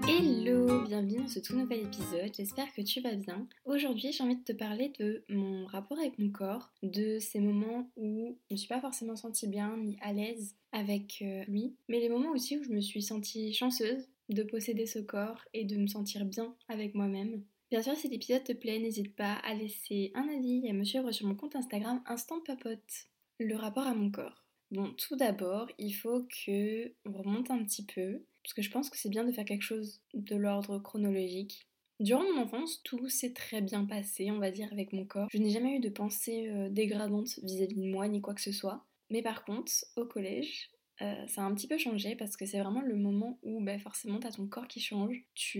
Hello, bienvenue dans ce tout nouvel épisode, j'espère que tu vas bien. Aujourd'hui j'ai envie de te parler de mon rapport avec mon corps, de ces moments où je ne me suis pas forcément sentie bien ni à l'aise avec lui, mais les moments aussi où je me suis sentie chanceuse de posséder ce corps et de me sentir bien avec moi-même. Bien sûr, si cet épisode te plaît, n'hésite pas à laisser un avis et à me suivre sur mon compte Instagram Instant Papote. Le rapport à mon corps. Bon, tout d'abord, il faut que on remonte un petit peu, parce que je pense que c'est bien de faire quelque chose de l'ordre chronologique. Durant mon enfance, tout s'est très bien passé, on va dire, avec mon corps. Je n'ai jamais eu de pensée dégradante vis-à-vis de moi, ni quoi que ce soit. Mais par contre, au collège, ça a un petit peu changé parce que c'est vraiment le moment où forcément t'as ton corps qui change.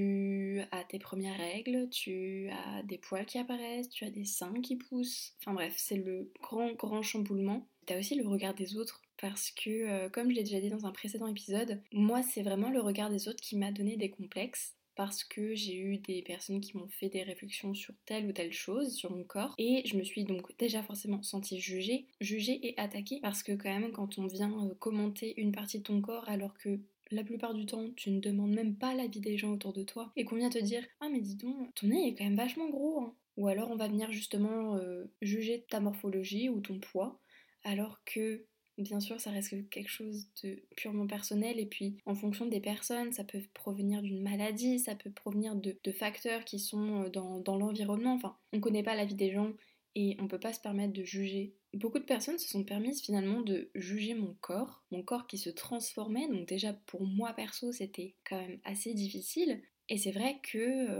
Tu as tes premières règles, tu as des poils qui apparaissent, tu as des seins qui poussent. Enfin bref, c'est le grand chamboulement. T'as aussi le regard des autres parce que, comme je l'ai déjà dit dans un précédent épisode, moi c'est vraiment le regard des autres qui m'a donné des complexes parce que j'ai eu des personnes qui m'ont fait des réflexions sur telle ou telle chose, sur mon corps, et je me suis donc déjà forcément sentie jugée et attaquée, parce que quand même quand on vient commenter une partie de ton corps alors que la plupart du temps, tu ne demandes même pas l'avis des gens autour de toi, et qu'on vient te dire « Ah mais dis donc, ton nez est quand même vachement gros hein !» Ou alors on va venir justement juger ta morphologie ou ton poids, alors que bien sûr, ça reste quelque chose de purement personnel, et puis en fonction des personnes, ça peut provenir d'une maladie, ça peut provenir de facteurs qui sont dans l'environnement. Enfin, on connaît pas la vie des gens et on peut pas se permettre de juger. Beaucoup de personnes se sont permises finalement de juger mon corps qui se transformait, donc déjà pour moi perso, c'était quand même assez difficile. Et c'est vrai que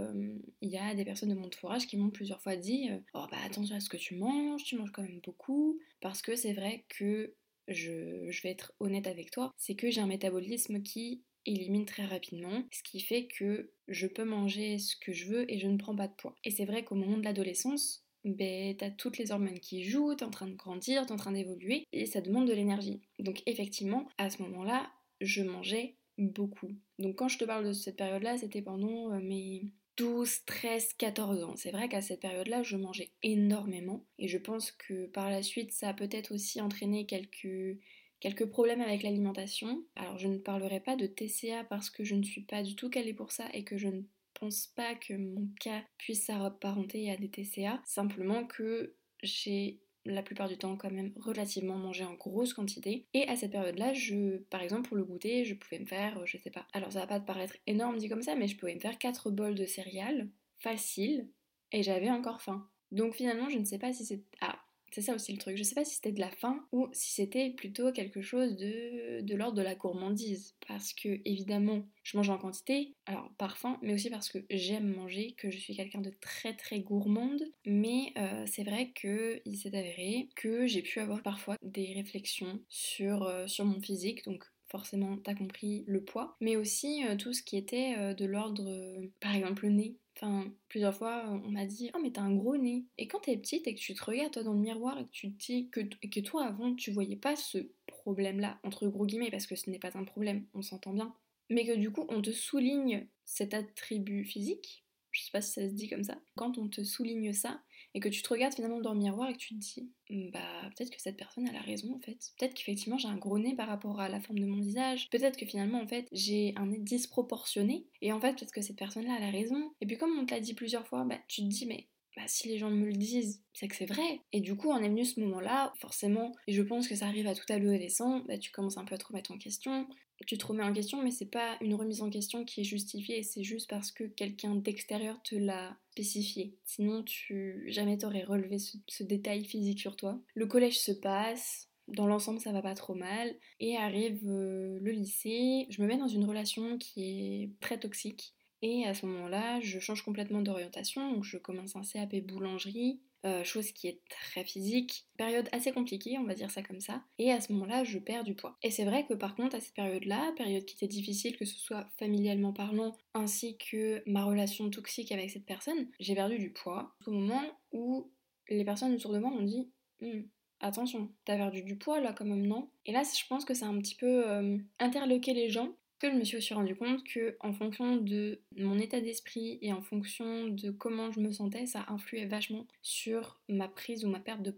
il y a des personnes de mon entourage qui m'ont plusieurs fois dit oh bah attention à ce que tu manges quand même beaucoup, parce que c'est vrai que je vais être honnête avec toi, c'est que j'ai un métabolisme qui élimine très rapidement, ce qui fait que je peux manger ce que je veux et je ne prends pas de poids. Et c'est vrai qu'au moment de l'adolescence, t'as toutes les hormones qui jouent, t'es en train de grandir, t'es en train d'évoluer, et ça demande de l'énergie. Donc effectivement, à ce moment-là, je mangeais beaucoup. Donc quand je te parle de cette période-là, c'était pendant mes 12, 13, 14 ans. C'est vrai qu'à cette période-là, je mangeais énormément, et je pense que par la suite, ça a peut-être aussi entraîné quelques problèmes avec l'alimentation. Alors je ne parlerai pas de TCA parce que je ne suis pas du tout calée pour ça et que je ne pense pas que mon cas puisse s'apparenter à des TCA, simplement que j'ai la plupart du temps quand même relativement mangé en grosse quantité, et à cette période-là, par exemple pour le goûter, je pouvais me faire, je sais pas, alors ça va pas te paraître énorme dit comme ça, mais je pouvais me faire 4 bols de céréales, facile, et j'avais encore faim. Donc finalement, je ne sais pas si c'est... Ah, c'est ça aussi le truc. Je sais pas si c'était de la faim ou si c'était plutôt quelque chose de l'ordre de la gourmandise. Parce que, évidemment, je mange en quantité, alors par faim, mais aussi parce que j'aime manger, que je suis quelqu'un de très gourmande. Mais c'est vrai qu'il s'est avéré que j'ai pu avoir parfois des réflexions sur mon physique, donc forcément, t'as compris le poids, mais aussi tout ce qui était de l'ordre, par exemple, le nez. Enfin, plusieurs fois, on m'a dit « Oh, mais t'as un gros nez !» Et quand t'es petite et que tu te regardes toi dans le miroir et que tu te dis que toi, avant, tu voyais pas ce problème-là, entre gros guillemets, parce que ce n'est pas un problème, on s'entend bien, mais que du coup, on te souligne cet attribut physique, je sais pas si ça se dit comme ça, quand on te souligne ça, et que tu te regardes finalement dans le miroir et que tu te dis bah peut-être que cette personne elle a raison en fait, peut-être qu'effectivement j'ai un gros nez par rapport à la forme de mon visage, peut-être que finalement en fait j'ai un nez disproportionné, et en fait peut-être que cette personne là elle a raison, et puis comme on te l'a dit plusieurs fois, tu te dis mais si les gens me le disent, c'est que c'est vrai. Et du coup, en est venu ce moment-là, forcément, et je pense que ça arrive à tout adolescent, tu commences un peu à te remettre en question. Tu te remets en question, mais c'est pas une remise en question qui est justifiée, c'est juste parce que quelqu'un d'extérieur te l'a spécifié. Sinon, jamais t'aurais relevé ce détail physique sur toi. Le collège se passe, dans l'ensemble ça va pas trop mal, et arrive le lycée, je me mets dans une relation qui est très toxique. Et à ce moment-là, je change complètement d'orientation, donc je commence un CAP boulangerie, chose qui est très physique, période assez compliquée, on va dire ça comme ça, et à ce moment-là, je perds du poids. Et c'est vrai que par contre, à cette période-là, période qui était difficile, que ce soit familialement parlant, ainsi que ma relation toxique avec cette personne, j'ai perdu du poids, au moment où les personnes autour de moi m'ont dit attention, t'as perdu du poids là quand même, non? Et là, je pense que ça a un petit peu interloqué les gens, que je me suis aussi rendu compte que en fonction de mon état d'esprit et en fonction de comment je me sentais, ça influait vachement sur ma prise ou ma perte de poids.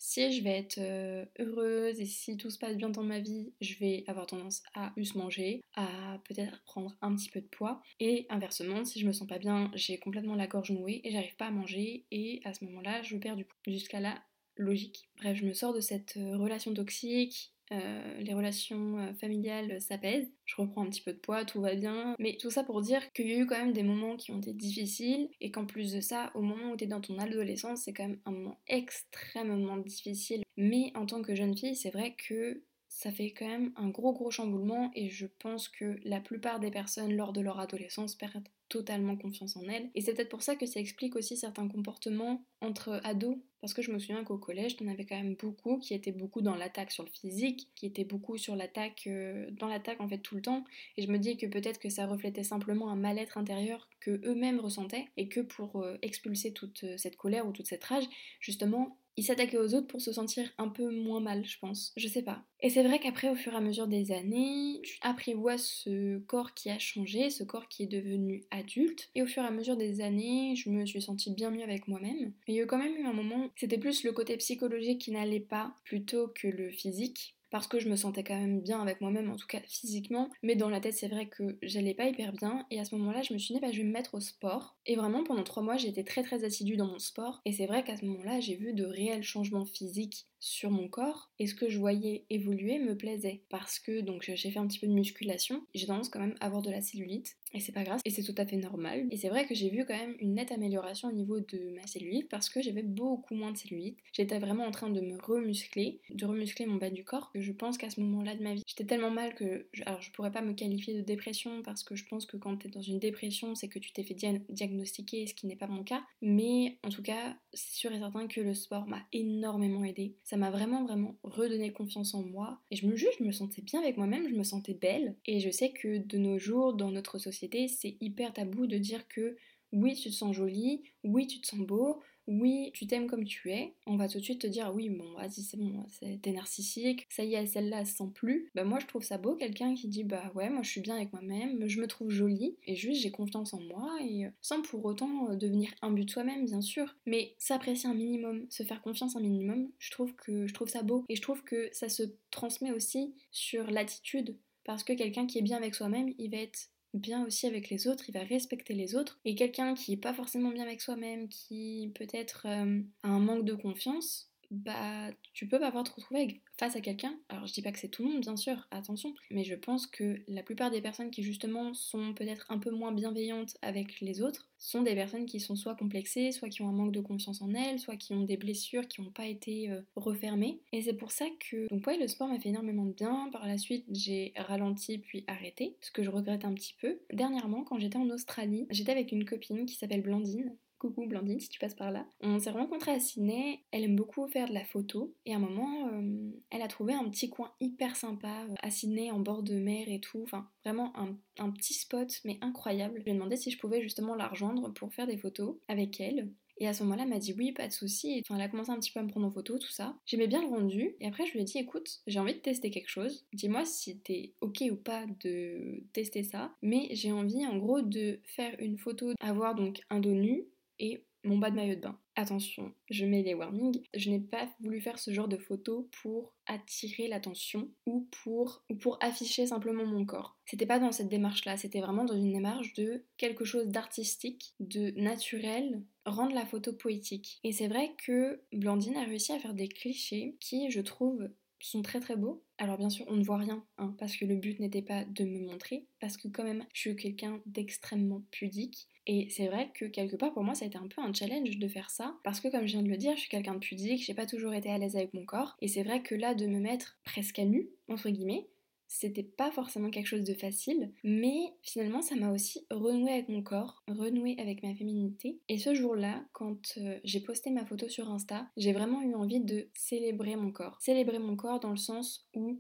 si je vais être heureuse et si tout se passe bien dans ma vie, je vais avoir tendance à plus manger, à peut-être prendre un petit peu de poids. Et inversement, si je me sens pas bien, j'ai complètement la gorge nouée et j'arrive pas à manger et à ce moment-là, je perds du poids. Jusqu'à là, logique. Bref, je me sors de cette relation toxique. Les relations familiales s'apaisent, je reprends un petit peu de poids, tout va bien, mais tout ça pour dire qu'il y a eu quand même des moments qui ont été difficiles et qu'en plus de ça, au moment où tu es dans ton adolescence, c'est quand même un moment extrêmement difficile. Mais en tant que jeune fille, c'est vrai que ça fait quand même un gros chamboulement et je pense que la plupart des personnes lors de leur adolescence perdent totalement confiance en elles. Et c'est peut-être pour ça que ça explique aussi certains comportements entre ados. Parce que je me souviens qu'au collège, t'en avais quand même beaucoup qui étaient beaucoup dans l'attaque sur le physique, qui étaient beaucoup sur l'attaque, dans l'attaque en fait tout le temps. Et je me dis que peut-être que ça reflétait simplement un mal-être intérieur que eux-mêmes ressentaient et que pour expulser toute cette colère ou toute cette rage, justement, ils s'attaquaient aux autres pour se sentir un peu moins mal, je pense. Je sais pas. Et c'est vrai qu'après, au fur et à mesure des années, tu apprivoises ce corps qui a changé, ce corps qui est devenu adulte. Et au fur et à mesure des années, je me suis sentie bien mieux avec moi-même. Mais il y a quand même eu un moment, c'était plus le côté psychologique qui n'allait pas plutôt que le physique. Parce que je me sentais quand même bien avec moi-même, en tout cas physiquement, mais dans la tête c'est vrai que j'allais pas hyper bien, et à ce moment-là je me suis dit bah je vais me mettre au sport, et vraiment pendant 3 mois j'ai été très assidue dans mon sport, et c'est vrai qu'à ce moment-là j'ai vu de réels changements physiques sur mon corps, et ce que je voyais évoluer me plaisait, parce que donc j'ai fait un petit peu de musculation, j'ai tendance quand même à avoir de la cellulite, et c'est pas grave, et c'est tout à fait normal, et c'est vrai que j'ai vu quand même une nette amélioration au niveau de ma cellulite, parce que j'avais beaucoup moins de cellulite, j'étais vraiment en train de me remuscler, de remuscler mon bas du corps, que je pense qu'à ce moment-là de ma vie, j'étais tellement mal que, alors je pourrais pas me qualifier de dépression, parce que je pense que quand t'es dans une dépression, c'est que tu t'es fait diagnostiquer, ce qui n'est pas mon cas, mais en tout cas, c'est sûr et certain que le sport m'a énormément aidé. Ça m'a vraiment redonné confiance en moi. Et je me sentais bien avec moi-même, je me sentais belle. Et je sais que de nos jours, dans notre société, c'est hyper tabou de dire que oui, tu te sens jolie, oui, tu te sens beau, oui, tu t'aimes comme tu es. On va tout de suite te dire oui, bon, vas-y, c'est bon, t'es narcissique, ça y est, celle-là, elle se sent plus. Bah, moi, je trouve ça beau, quelqu'un qui dit bah ouais, moi, je suis bien avec moi-même, je me trouve jolie, et juste, j'ai confiance en moi, et sans pour autant devenir imbu de soi-même, bien sûr, mais s'apprécier un minimum, se faire confiance un minimum, je trouve ça beau, et je trouve que ça se transmet aussi sur l'attitude, parce que quelqu'un qui est bien avec soi-même, il va être bien aussi avec les autres, il va respecter les autres. Et quelqu'un qui est pas forcément bien avec soi-même, qui peut-être a un manque de confiance, bah tu peux pas te retrouver face à quelqu'un. Alors je dis pas que c'est tout le monde, bien sûr, attention, mais je pense que la plupart des personnes qui justement sont peut-être un peu moins bienveillantes avec les autres sont des personnes qui sont soit complexées, soit qui ont un manque de confiance en elles, soit qui ont des blessures qui n'ont pas été refermées. Et c'est pour ça que donc ouais, le sport m'a fait énormément de bien. Par la suite, j'ai ralenti puis arrêté, ce que je regrette un petit peu. Dernièrement, quand j'étais en Australie, j'étais avec une copine qui s'appelle Blandine. Coucou Blandine, si tu passes par là. On s'est rencontrés à Sydney, elle aime beaucoup faire de la photo, et à un moment, elle a trouvé un petit coin hyper sympa à Sydney, en bord de mer et tout, enfin vraiment un petit spot, mais incroyable. Je lui ai demandé si je pouvais justement la rejoindre pour faire des photos avec elle. Et à ce moment-là, elle m'a dit oui, pas de souci. Enfin, elle a commencé un petit peu à me prendre en photo, tout ça. J'aimais bien le rendu. Et après, je lui ai dit, écoute, j'ai envie de tester quelque chose. Dis-moi si t'es ok ou pas de tester ça. Mais j'ai envie, en gros, de faire une photo, avoir donc un dos nu et mon bas de maillot de bain. Attention, je mets les warnings, je n'ai pas voulu faire ce genre de photo pour attirer l'attention ou pour afficher simplement mon corps. C'était pas dans cette démarche-là, c'était vraiment dans une démarche de quelque chose d'artistique, de naturel, rendre la photo poétique. Et c'est vrai que Blandine a réussi à faire des clichés qui, je trouve, sont très beaux. Alors bien sûr, on ne voit rien, hein, parce que le but n'était pas de me montrer, parce que quand même, je suis quelqu'un d'extrêmement pudique. Et c'est vrai que quelque part, pour moi, ça a été un peu un challenge de faire ça, parce que comme je viens de le dire, je suis quelqu'un de pudique, j'ai pas toujours été à l'aise avec mon corps, et c'est vrai que là, de me mettre presque à nu, entre guillemets, c'était pas forcément quelque chose de facile, mais finalement ça m'a aussi renoué avec mon corps, renoué avec ma féminité. Et ce jour-là, quand j'ai posté ma photo sur Insta, j'ai vraiment eu envie de célébrer mon corps. Célébrer mon corps dans le sens où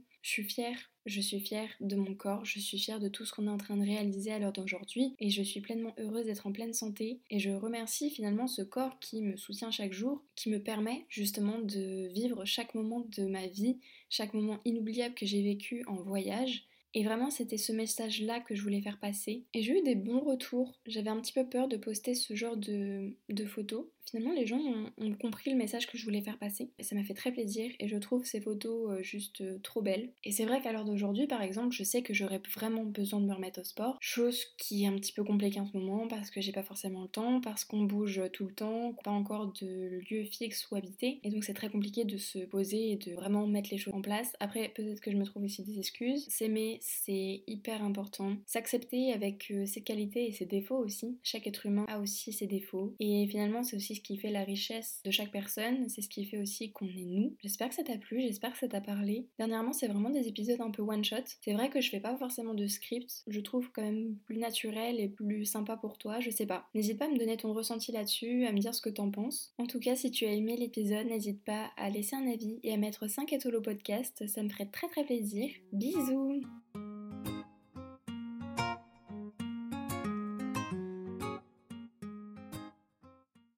je suis fière de mon corps, je suis fière de tout ce qu'on est en train de réaliser à l'heure d'aujourd'hui et je suis pleinement heureuse d'être en pleine santé et je remercie finalement ce corps qui me soutient chaque jour, qui me permet justement de vivre chaque moment de ma vie, chaque moment inoubliable que j'ai vécu en voyage. Et vraiment, c'était ce message-là que je voulais faire passer. Et j'ai eu des bons retours. J'avais un petit peu peur de poster ce genre de photos. finalement les gens ont compris le message que je voulais faire passer. Et ça m'a fait très plaisir et je trouve ces photos juste trop belles. Et c'est vrai qu'à l'heure d'aujourd'hui, par exemple, je sais que j'aurais vraiment besoin de me remettre au sport. Chose qui est un petit peu compliquée en ce moment parce que j'ai pas forcément le temps, parce qu'on bouge tout le temps, pas encore de lieu fixe ou habité. Et donc c'est très compliqué de se poser et de vraiment mettre les choses en place. Après, peut-être que je me trouve aussi des excuses. S'aimer, c'est hyper important. S'accepter avec ses qualités et ses défauts aussi. Chaque être humain a aussi ses défauts. Et finalement, c'est aussi ce qui fait la richesse de chaque personne. C'est ce qui fait aussi qu'on est nous. J'espère que ça t'a plu, j'espère que ça t'a parlé. Dernièrement, c'est vraiment des épisodes un peu one-shot. C'est vrai que je fais pas forcément de script. Je trouve quand même plus naturel et plus sympa pour toi, je sais pas. N'hésite pas à me donner ton ressenti là-dessus, à me dire ce que t'en penses. En tout cas, si tu as aimé l'épisode, n'hésite pas à laisser un avis et à mettre 5 étoiles au podcast. Ça me ferait très très plaisir. Bisous!